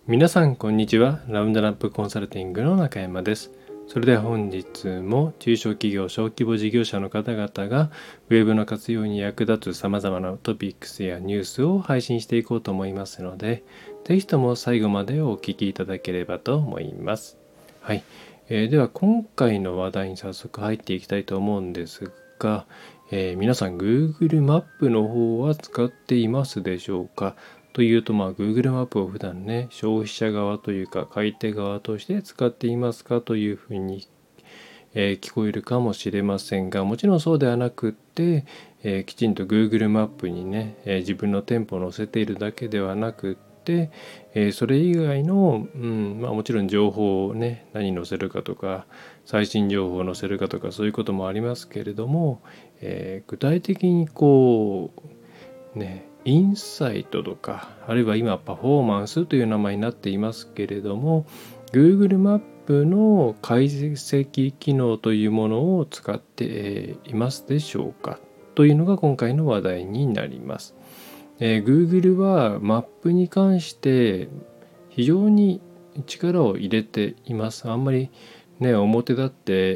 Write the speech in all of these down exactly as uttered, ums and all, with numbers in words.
皆さんこんにちは。ラウンドラップコンサルティングの中山です。それでは本日も中小企業小規模事業者の方々がウェブの活用に役立つ様々なトピックスやニュースを配信していこうと思いますので、ぜひとも最後までお聞きいただければと思います。はい、えー、では今回の話題に早速入っていきたいと思うんですが、えー、皆さん Google マップの方は使っていますでしょうか？というと、まあ、Google マップを普段ね、消費者側というか、買い手側として使っていますかというふうに、えー聞こえるかもしれませんが、もちろんそうではなくって、えーきちんと Google マップにね、えー自分の店舗を載せているだけではなくって、えーそれ以外の、うんまあ、もちろん情報をね、何載せるかとか、最新情報を載せるかとか、そういうこともありますけれども、えー具体的にこう、ね、インサイトとか、あるいは今パフォーマンスという名前になっていますけれども、Google マップの解析機能というものを使っていますでしょうかというのが今回の話題になります。えー Google はマップに関して非常に力を入れています。あんまりね、表立って、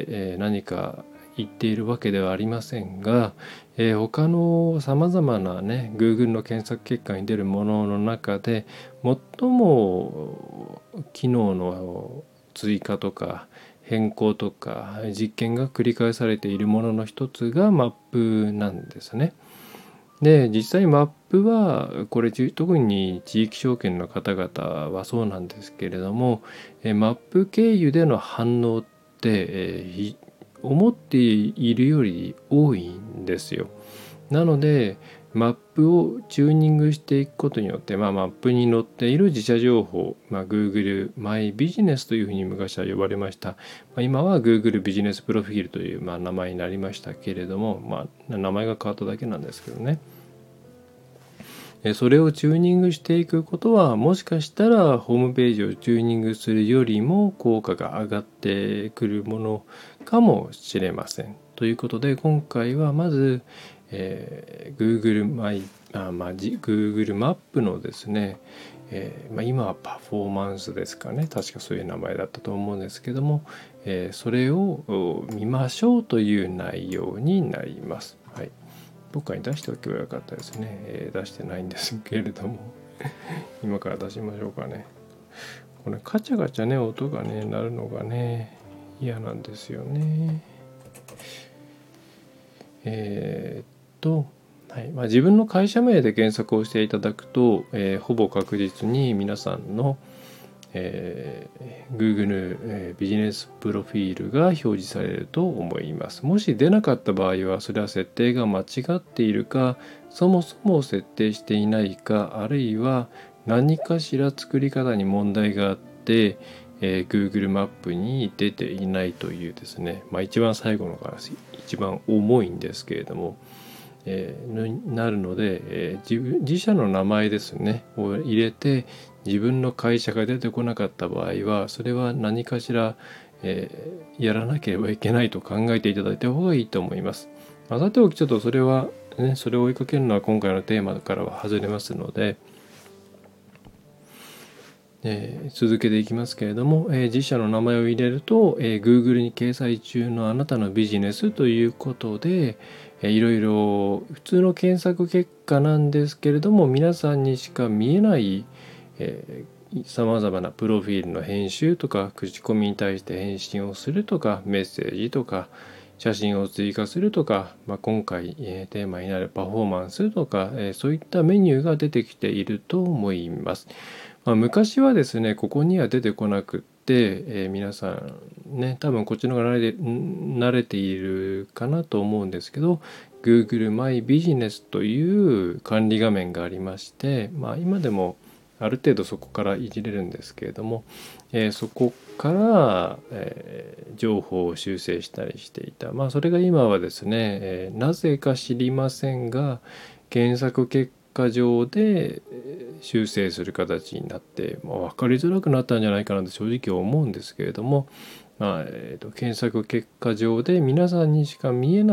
えー何か言っているわけではありませんが、えー他のさまざまなね Google の検索結果に出るものの中で最も機能の追加とか変更とか実験が繰り返されているものの一つがマップなんですね。で、実際マップはこれ特に地域証券の方々はそうなんですけれども、えマップ経由での反応って、えー思っているより多いんですよ。なのでマップをチューニングしていくことによって、まあ、マップに載っている自社情報、まあ、Google マイビジネスというふうに昔は呼ばれました。まあ、今は Google ビジネスプロフィールという、まあ、名前になりましたけれども、まあ、名前が変わっただけなんですけどね。それをチューニングしていくことはもしかしたらホームページをチューニングするよりも効果が上がってくるものかもしれません。ということで今回はまず、えー、Google マイあ、まあ、Google マップのですね、えーまあ、今はパフォーマンスですかね、確かそういう名前だったと思うんですけども、えー、それを見ましょうという内容になります。はい、どっかに出しておけばよかったですね、えー、出してないんですけれども今から出しましょうかね。これカチャカチャね音がね鳴るのがね嫌なんですよね。えー、っとはいまあ、自分の会社名で検索をしていただくと、えー、ほぼ確実に皆さんのえー、Google、えー、ビジネスプロフィールが表示されると思います。もし出なかった場合はそれは設定が間違っているか、そもそも設定していないか、あるいは何かしら作り方に問題があって、えー、Google マップに出ていないというですね、まあ、一番最後のが一番重いんですけれども、えー、なるので、えー、自自社の名前ですねを入れて自分の会社が出てこなかった場合はそれは何かしら、えー、やらなければいけないと考えていただいた方がいいと思います。まあ、さておきちょっとそれは、ね、それを追いかけるのは今回のテーマからは外れますので、えー、続けていきますけれども、えー、自社の名前を入れると、えー、Google に掲載中のあなたのビジネスということで、えー、いろいろ普通の検索結果なんですけれども皆さんにしか見えないさまざまなプロフィールの編集とか口コミに対して返信をするとかメッセージとか写真を追加するとか、まあ、今回、えー、テーマになるパフォーマンスとか、えー、そういったメニューが出てきていると思います。まあ、昔はですねここには出てこなくって、えー、皆さんね多分こっちの方が慣れ慣れているかなと思うんですけど Google マイビジネスという管理画面がありまして、まあ、今でもある程度そこからいじれるんですけれども、えー、そこから、えー、情報を修正したりしていた。まあそれが今はですね、えー、なぜか知りませんが検索結果上で修正する形になって、まあ、分かりづらくなったんじゃないかなと正直思うんですけれども、まあえー、と検索結果上で皆さんにしか見えない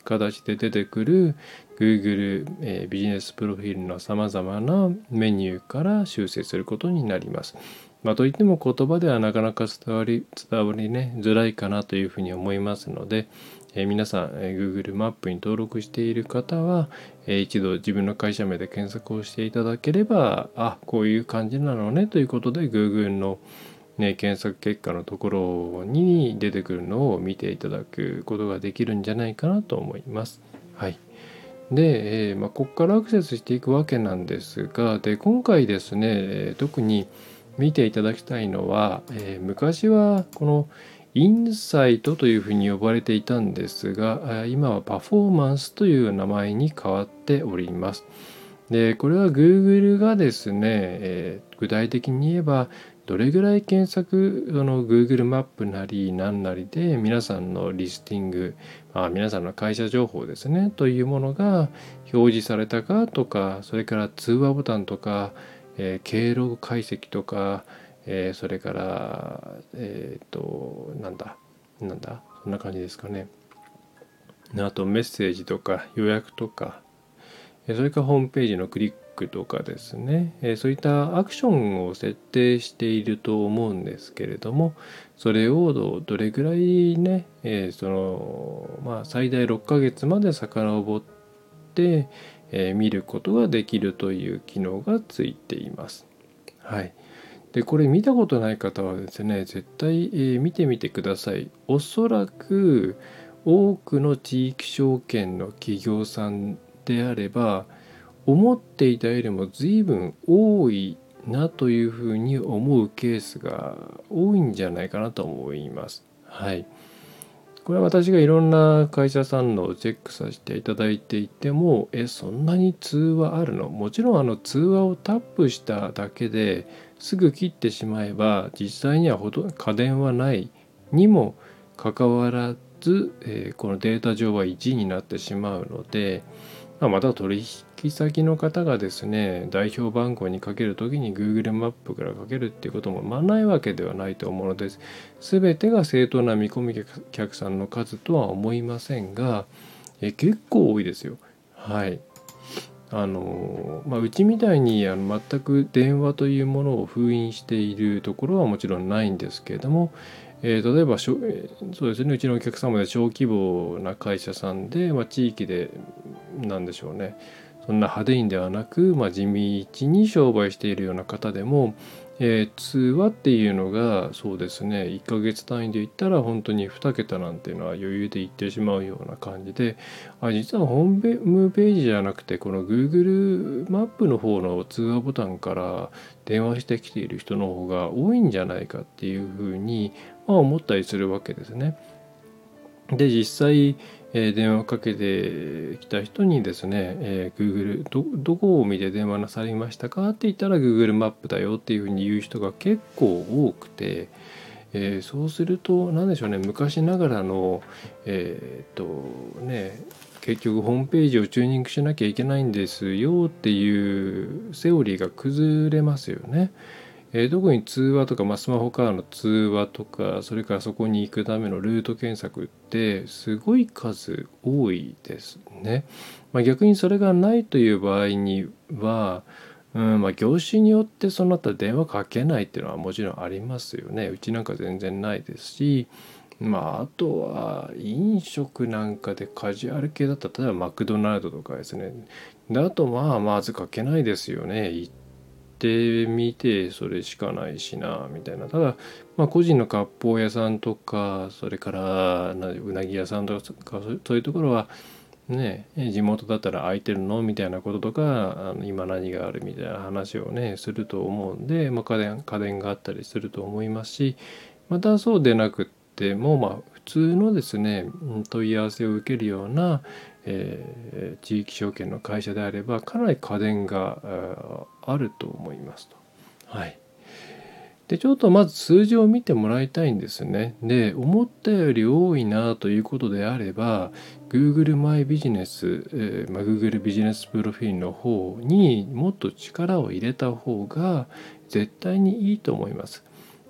形で出てくる Google、えー、ビジネスプロフィールのさまざまなメニューから修正することになります。まあ、といっても言葉ではなかなか伝わり、伝わりね、づらいかなというふうに思いますので、えー、皆さん、えー、Google マップに登録している方は、えー、一度自分の会社名で検索をしていただければ、あ、こういう感じなのねということで Google の、ね、検索結果のところに出てくるのを見ていただくことができるんじゃないかなと思います。はい。で、えーまあ、ここからアクセスしていくわけなんですが、で今回ですね、特に見ていただきたいのは、えー、昔はこのインサイトというふうに呼ばれていたんですが、今はパフォーマンスという名前に変わっております。で、これは Google がですね、えー、具体的に言えばどれぐらい検索、その Google マップなり何なりで皆さんのリスティング、まあ、皆さんの会社情報ですねというものが表示されたかとか、それから通話ボタンとか、えー、経路解析とか、えー、それからえっ、ー、となんだなんだそんな感じですかね。あとメッセージとか予約とか、それからホームページのクリックとかですね、そういったアクションを設定していると思うんですけれども、それをどれぐらいね、そのまあ最大ろっかげつまで遡って見ることができるという機能がついています。はい。で、これ見たことない方はですね、絶対、えー見てみてください。おそらく多くの地域証券の企業さんであれば、思っていたよりも随分多いなというふうに思うケースが多いんじゃないかなと思います。はい。これは私がいろんな会社さんのをチェックさせていただいていても、え、そんなに通話あるの？もちろんあの通話をタップしただけですぐ切ってしまえば実際にはほとんど家電はないにもかかわらず、えーこのデータ上はいちになってしまうので、まあ、また取引先の方がですね、代表番号にかけるときに Google マップからかけるっていうこともまあないわけではないと思うのです。すべてが正当な見込み客さんの数とは思いませんが、え結構多いですよ。はい。あのまあ、うちみたいにあの全く電話というものを封印しているところはもちろんないんですけれども、えー例えばしょ、えーそうですね、うちのお客様で小規模な会社さんで、まあ、地域でなんでしょうね、そんな派手にではなく、まあ、地道に商売しているような方でも、えー通話っていうのがそうですね、いっかげつ単位で言ったら本当にに桁なんていうのは余裕で言ってしまうような感じで、あ、実はホームページじゃなくてこの Google マップの方の通話ボタンから電話してきている人の方が多いんじゃないかっていうふうに、まあ、思ったりするわけですね。で、実際、えー電話かけてきた人にですね、えー Google ど、どこを見て電話なさりましたかって言ったら Google マップだよっていうふうに言う人が結構多くて、えーそうすると何でしょうね、昔ながらのえーっとね結局ホームページをチューニングしなきゃいけないんですよっていうセオリーが崩れますよね。えー特に通話とか、まあ、スマホからの通話とか、それからそこに行くためのルート検索ってすごい数多いですね。まあ、逆にそれがないという場合には、うんまあ、業種によってその後電話かけないっていうのはもちろんありますよね。うちなんか全然ないですし、まあ、あとは飲食なんかでカジュアル系だったら例えばマクドナルドとかですね。だとまあまずかけないですよね。行ってみてそれしかないしなみたいな。ただ、まあ、個人の割烹屋さんとか、それからなうなぎ屋さんとかそうそういうところはね、地元だったら空いてるのみたいなこととか、あの今何があるみたいな話をねすると思うんで、まあ、家電家電があったりすると思いますし、またそうでなくっても、まあ、普通のですね問い合わせを受けるような、えー地域証券の会社であればかなり家電がああると思いますと。はい。で、ちょっとまず数字を見てもらいたいんですね。で、思ったより多いなということであれば、Google マイビジネス、えーまあ、Google ビジネスプロフィールの方にもっと力を入れた方が絶対にいいと思います。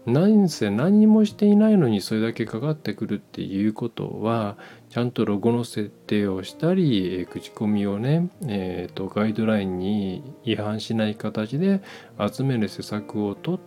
何せ何もしていないのにそれだけかかってくるっていうことは、ちゃんとロゴの設定をしたり、えー口コミをね、えーとガイドラインに違反しない形で集める施策を取って、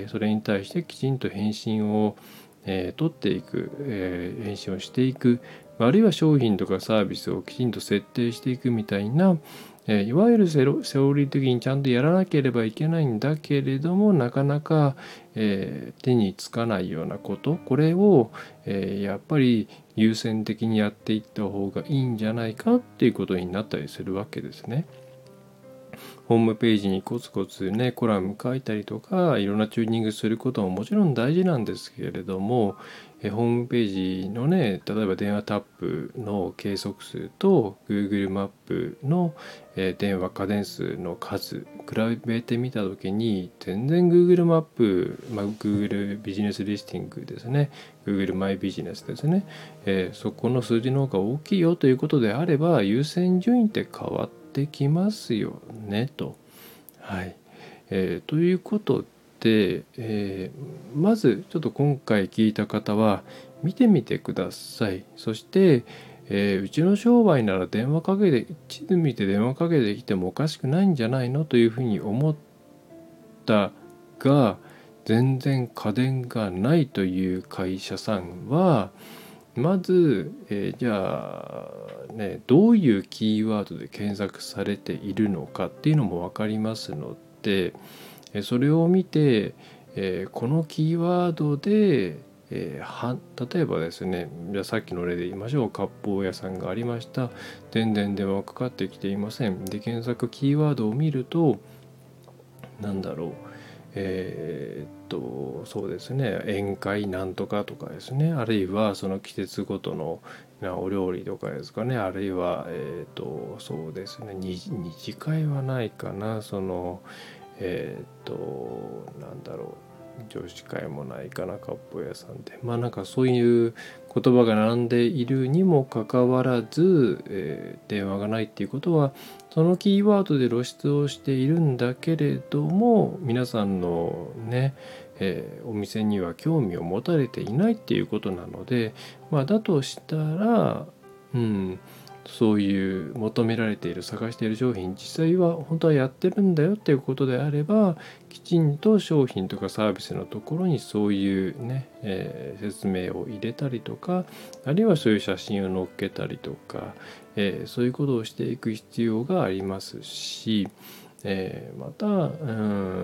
それに対してきちんと返信を、えー取っていく、えー返信をしていく、あるいは商品とかサービスをきちんと設定していくみたいな、えーいわゆるセロセオリー的にちゃんとやらなければいけないんだけれども、なかなか、えー手につかないようなこと、これを、えーやっぱり優先的にやっていった方がいいんじゃないかっていうことになったりするわけですね。ホームページにコツコツねコラム書いたりとか、いろんなチューニングすることももちろん大事なんですけれども、えホームページのね、例えば電話タップの計測数と Google マップの、え電話過電数の数比べてみたときに、全然 Google マップ、まあ、Google ビジネスリスティングですね、 Google マイビジネスですね、えーそこの数字の方が大きいよということであれば、優先順位って変わってきますよねと。はい、えーということで、えーまずちょっと今回聞いた方は見てみてください。そして、えーうちの商売なら電話かけて地図見て電話かけてきてもおかしくないんじゃないのというふうに思ったが、全然家電がないという会社さんは、まず、えーじゃあね、どういうキーワードで検索されているのかっていうのも分かりますので、えーそれを見て、えーこのキーワードで、えーは例えばですね、じゃあさっきの例で言いましょう。割烹屋さんがありました。全然電話かかってきていません。で、検索キーワードを見ると、なんだろう、えーっとそうですね、宴会なんとかとかですね、あるいはその季節ごとのなお料理とかですかね、あるいはえーっとそうですね、二次二次会はないかな、そのえーっとなんだろう、女子会もないかな、割烹屋さんで、まあなんかそういう言葉が並んでいるにもかかわらず、えー電話がないっていうことは、そのキーワードで露出をしているんだけれども、皆さんのね、えーお店には興味を持たれていないっていうことなので、まあ、だとしたら、うん、そういう求められている探している商品、実際は本当はやってるんだよっていうことであれば、きちんと商品とかサービスのところにそういうね、えー説明を入れたりとか、あるいはそういう写真を載っけたりとか、えーそういうことをしていく必要がありますし、えーまた、うん、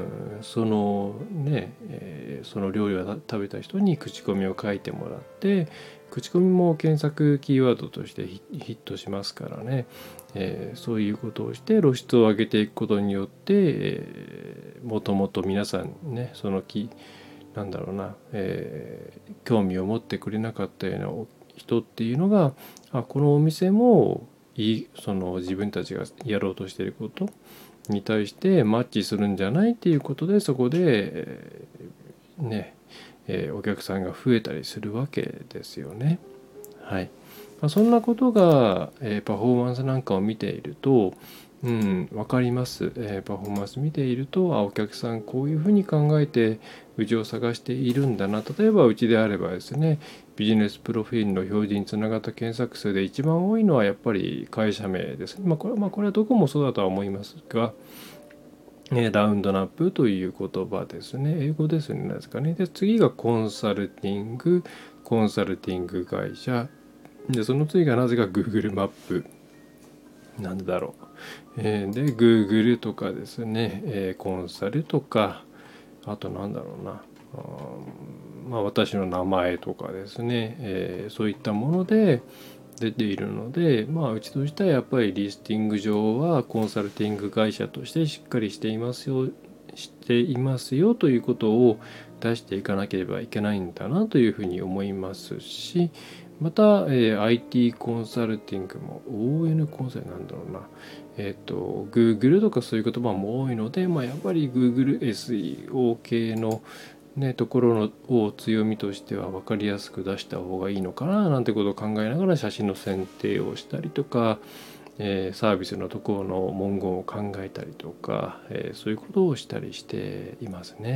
そのね、えーその料理を食べた人に口コミを書いてもらって、口コミも検索キーワードとしてヒヒットしますからね、えーそういうことをして露出を上げていくことによって、えーもともと皆さんね、そのきなんだろうな、えー興味を持ってくれなかったような人っていうのが、あ、このお店もいい、その自分たちがやろうとしていることに対してマッチするんじゃないっていうことで、そこで、えーね、えーお客さんが増えたりするわけですよね。はい。まあ、そんなことが、えーパフォーマンスなんかを見ていると、うん、わかります。えーパフォーマンス見ていると、あ、お客さんこういうふうに考えてうちを探しているんだな。例えばうちであればですね、ビジネスプロフィールの表示につながった検索数で一番多いのはやっぱり会社名ですね。まあこれ、まあ、これはどこもそうだとは思いますが、えーラウンドナップという言葉ですね。英語ですね。なんですかね。で、次がコンサルティング、コンサルティング会社。で、その次がなぜか Google マップ。なんでだろう。えーで、Google とかですね、えーコンサルとか、あとなんだろうな。あーまあ、私の名前とかですね、えーそういったもので出ているので、まあ、うちとしてはやっぱりリスティング上はコンサルティング会社としてしっかりしていますよ、していますよということを出していかなければいけないんだなというふうに思いますし、また、えー アイティー コンサルティングも オーエヌ コンサルなんだろうな、えっ、と Google とかそういう言葉も多いので、まあ、やっぱり Google エスイーオー 系のね、ところのを強みとしては分かりやすく出した方がいいのかななんてことを考えながら写真の選定をしたりとか、えーサービスのところの文言を考えたりとか、えーそういうことをしたりしていますね。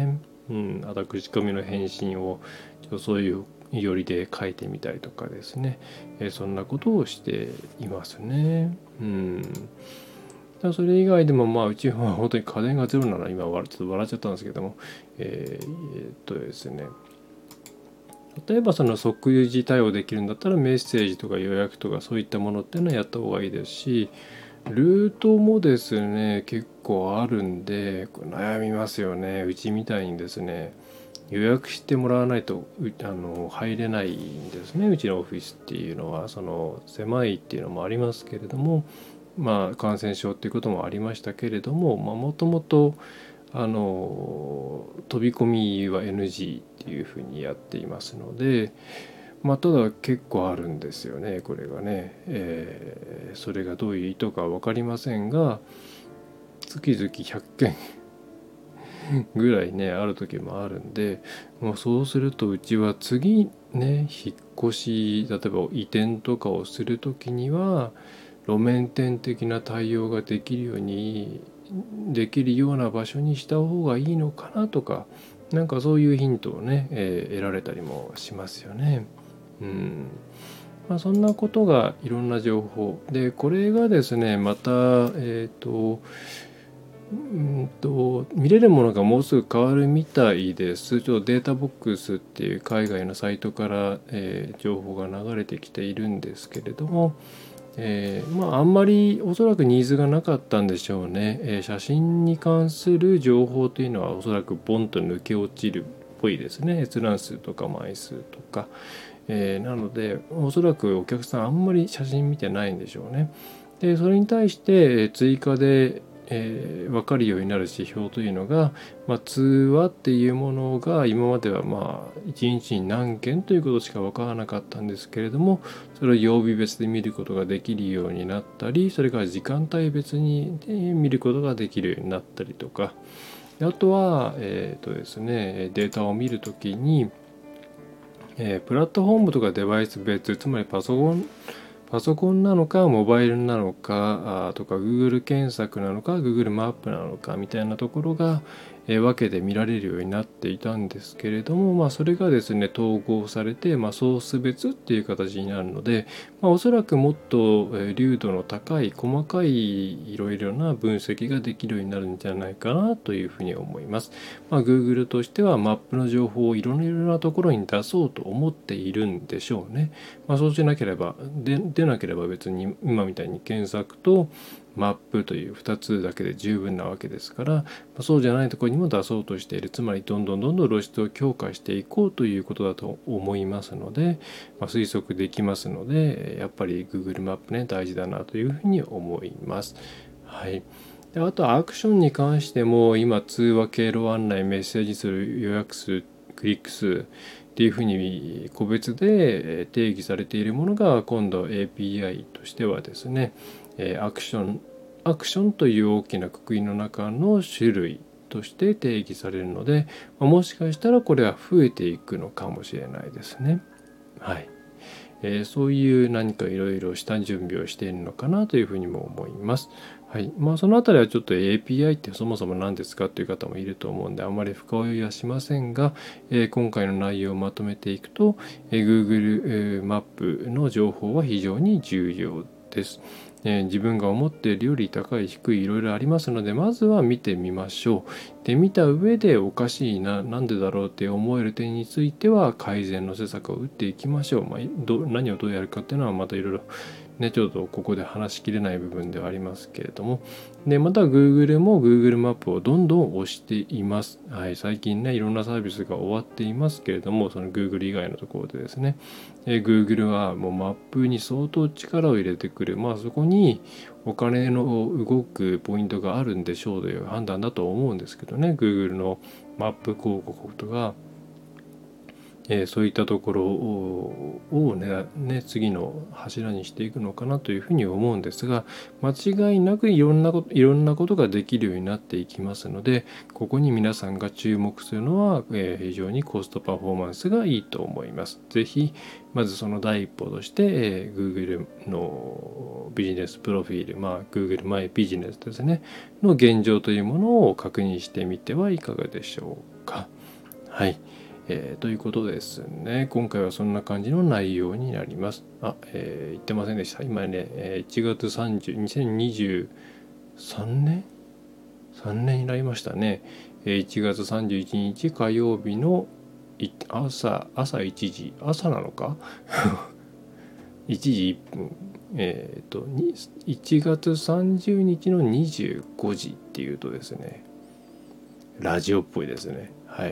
うん、あとは口コミの返信をそういうよりで書いてみたりとかですね、えー、そんなことをしていますね。うん、だそれ以外でもまあうちは本当に家電がゼロなら今ちょっと笑っちゃったんですけども、えー、えー、っとですね例えばその即時対応できるんだったらメッセージとか予約とかそういったものっていうのはやった方がいいですし、ルートもですね結構あるんでこれ悩みますよね。うちみたいにですね予約してもらわないとあの入れないんですね。うちのオフィスっていうのはその狭いっていうのもありますけれども、まあ感染症っていうこともありましたけれども、もともとあの飛び込みは エヌジー っていうふうにやっていますので、まあ、ただ結構あるんですよねこれがね、えーそれがどういう意図か分かりませんが月々ひゃっけんぐらいねある時もあるんで、まあ、そうするとうちは次ね引っ越し例えば移転とかをする時には路面店的な対応ができるようにできるような場所にした方がいいのかなとか、なんかそういうヒントをね、えー得られたりもしますよね。うんまあ、そんなことがいろんな情報で、これがですねまたえっ、とうんと見れるものがもうすぐ変わるみたいです。ちょっとデータボックスっていう海外のサイトから、えー情報が流れてきているんですけれども、えーまああんまりおそらくニーズがなかったんでしょうね。えー写真に関する情報というのはおそらくボンと抜け落ちるっぽいですね。閲覧数とか枚数とか、えーなのでおそらくお客さんあんまり写真見てないんでしょうね。でそれに対して追加で、えー分かるようになる指標というのが、まあ、通話っていうものが今まではまあいちにちに何件ということしか分からなかったんですけれども、それを曜日別で見ることができるようになったり、それから時間帯別に見ることができるようになったりとか、あとは、えーとですね、データを見るときに、えープラットフォームとかデバイス別、つまりパソコンパソコンなのかモバイルなのかとか Google 検索なのか Google マップなのかみたいなところが、えー分けて見られるようになっていたんですけれども、まあ、それがですね統合されて、まあ、ソース別っていう形になるので、まあ、おそらくもっと、えー流度の高い細かいいろいろな分析ができるようになるんじゃないかなというふうに思います。まあ、Google としてはマップの情報をいろいろなところに出そうと思っているんでしょうね。まあ、そうしなければで出なければ別に今みたいに検索とマップというふたつだけで十分なわけですから、まあ、そうじゃないところにも出そうとしている、つまりどんどんどんどん露出を強化していこうということだと思いますので、まあ、推測できますのでやっぱり Google マップね大事だなというふうに思います。はい。であとはアクションに関しても今通話経路案内メッセージ数予約数クリック数っていうふうに個別で定義されているものが今度 エーピーアイ としてはですねアクションアクションという大きな括りの中の種類として定義されるので、もしかしたらこれは増えていくのかもしれないですね。はい。えーそういう何かいろいろした準備をしているのかなというふうにも思います。はい。まあそのあたりはちょっと エーピーアイ ってそもそも何ですかという方もいると思うんであまり深追いはしませんが、えー今回の内容をまとめていくと、えー Google、えーマップの情報は非常に重要です。えー自分が思っているより高い低いいろいろありますので、まずは見てみましょう。で見た上でおかしいな、なんでだろうって思える点については改善の施策を打っていきましょう。まあ、ど何をどうやるかっていうのはまたいろいろねちょっとここで話しきれない部分ではありますけれども、でまた Google も Google マップをどんどん押しています。はい、最近ねいろんなサービスが終わっていますけれども、その Google 以外のところでですね、えー Google はもうマップに相当力を入れてくる、まあそこにお金の動くポイントがあるんでしょうという判断だと思うんですけどね、 Google のマップ広告とか、えーそういったところををね、ね次の柱にしていくのかなというふうに思うんですが、間違いなくいろんなこといろんなことができるようになっていきますので、ここに皆さんが注目するのは、えー非常にコストパフォーマンスがいいと思います。ぜひまずその第一歩として、えー Google のビジネスプロフィール、まあ Google マイビジネスですねの現状というものを確認してみてはいかがでしょうか。 はい、えーということですね。今回はそんな感じの内容になります。あ、えー言ってませんでした。今ね、えーいちがつさんじゅう、にせんにじゅうさんねん さんねんになりましたね。えーいちがつさんじゅういちにち火曜日のい朝、朝いちじ、朝なのかいちじいっぷん、えっ、とにいちがつさんじゅうにちのにじゅうごじっていうとですね、ラジオっぽいですね。はい。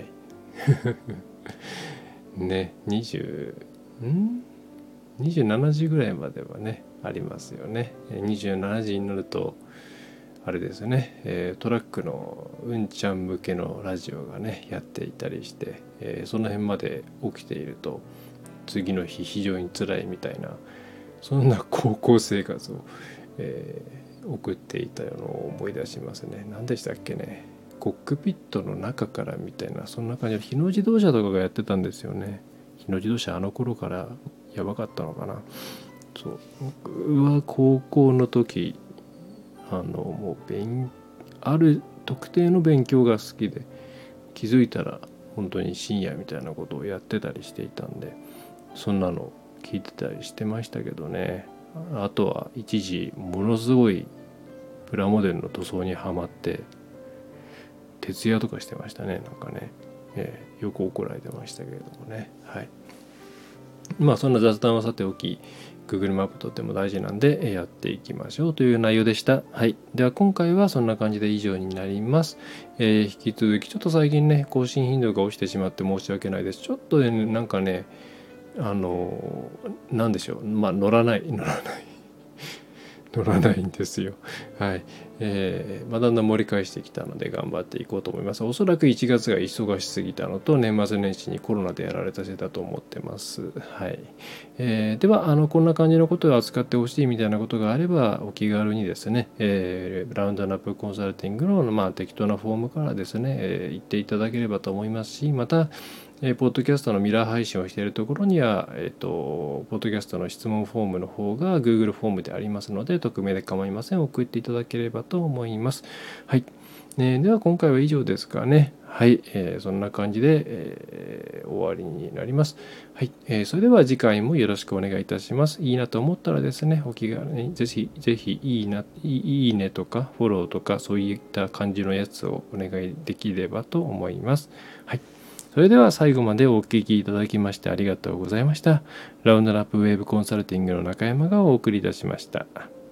ね、にじゅう、ん ?にじゅうしちじぐらいまではね、ありますよね。にじゅうしちじになると、あれですね、えートラックのうんちゃん向けのラジオがね、やっていたりして、えーその辺まで起きていると、次の日非常に辛いみたいな、そんな高校生活を、えー送っていたのを思い出しますね。何でしたっけね。コックピットの中からみたいな、そんな感じの日野自動車とかがやってたんですよね。日野自動車あの頃からやばかったのかな。そう、僕は高校の時、あのもう勉ある特定の勉強が好きで、気づいたら本当に深夜みたいなことをやってたりしていたんで、そんなの聞いてたりしてましたけどね。あとは一時ものすごいプラモデルの塗装にはまって徹夜とかしてましたね。なんかね、えーよく怒られてましたけれどもね。はい。まあそんな雑談はさておき、 Google マップとっても大事なんでやっていきましょうという内容でした。はい。では今回はそんな感じで以上になります。えー引き続きちょっと最近ね、更新頻度が落ちてしまって申し訳ないです。ちょっとね、なんかね、あのなんでしょう、まあ乗らない乗らない乗らないんですよ。はい。えーまあ、だんだん盛り返してきたので頑張っていこうと思います。おそらくいちがつが忙しすぎたのと、年末年始にコロナでやられたせいだと思ってます。はい。えーでは、あの、こんな感じのことを扱ってほしいみたいなことがあれば、お気軽にですね、えーラウンドナップコンサルティングの、まあ、適当なフォームからですね、えー言っていただければと思いますし、また、えーポッドキャストのミラー配信をしているところには、えっと、ポッドキャストの質問フォームの方が Google フォームでありますので、匿名で構いません。送っていただければと思います。はい。ね、では今回は以上ですかね。はい。えーそんな感じで、えー終わりになります。はい。えーそれでは次回もよろしくお願いいたします。いいなと思ったらですね、お気軽にぜひ、ぜひ、いいな、いいいいねとか、フォローとか、そういった感じのやつをお願いできればと思います。はい。それでは最後までお聞きいただきましてありがとうございました。ラウンドラップウェーブコンサルティングの中山がお送りいたしました。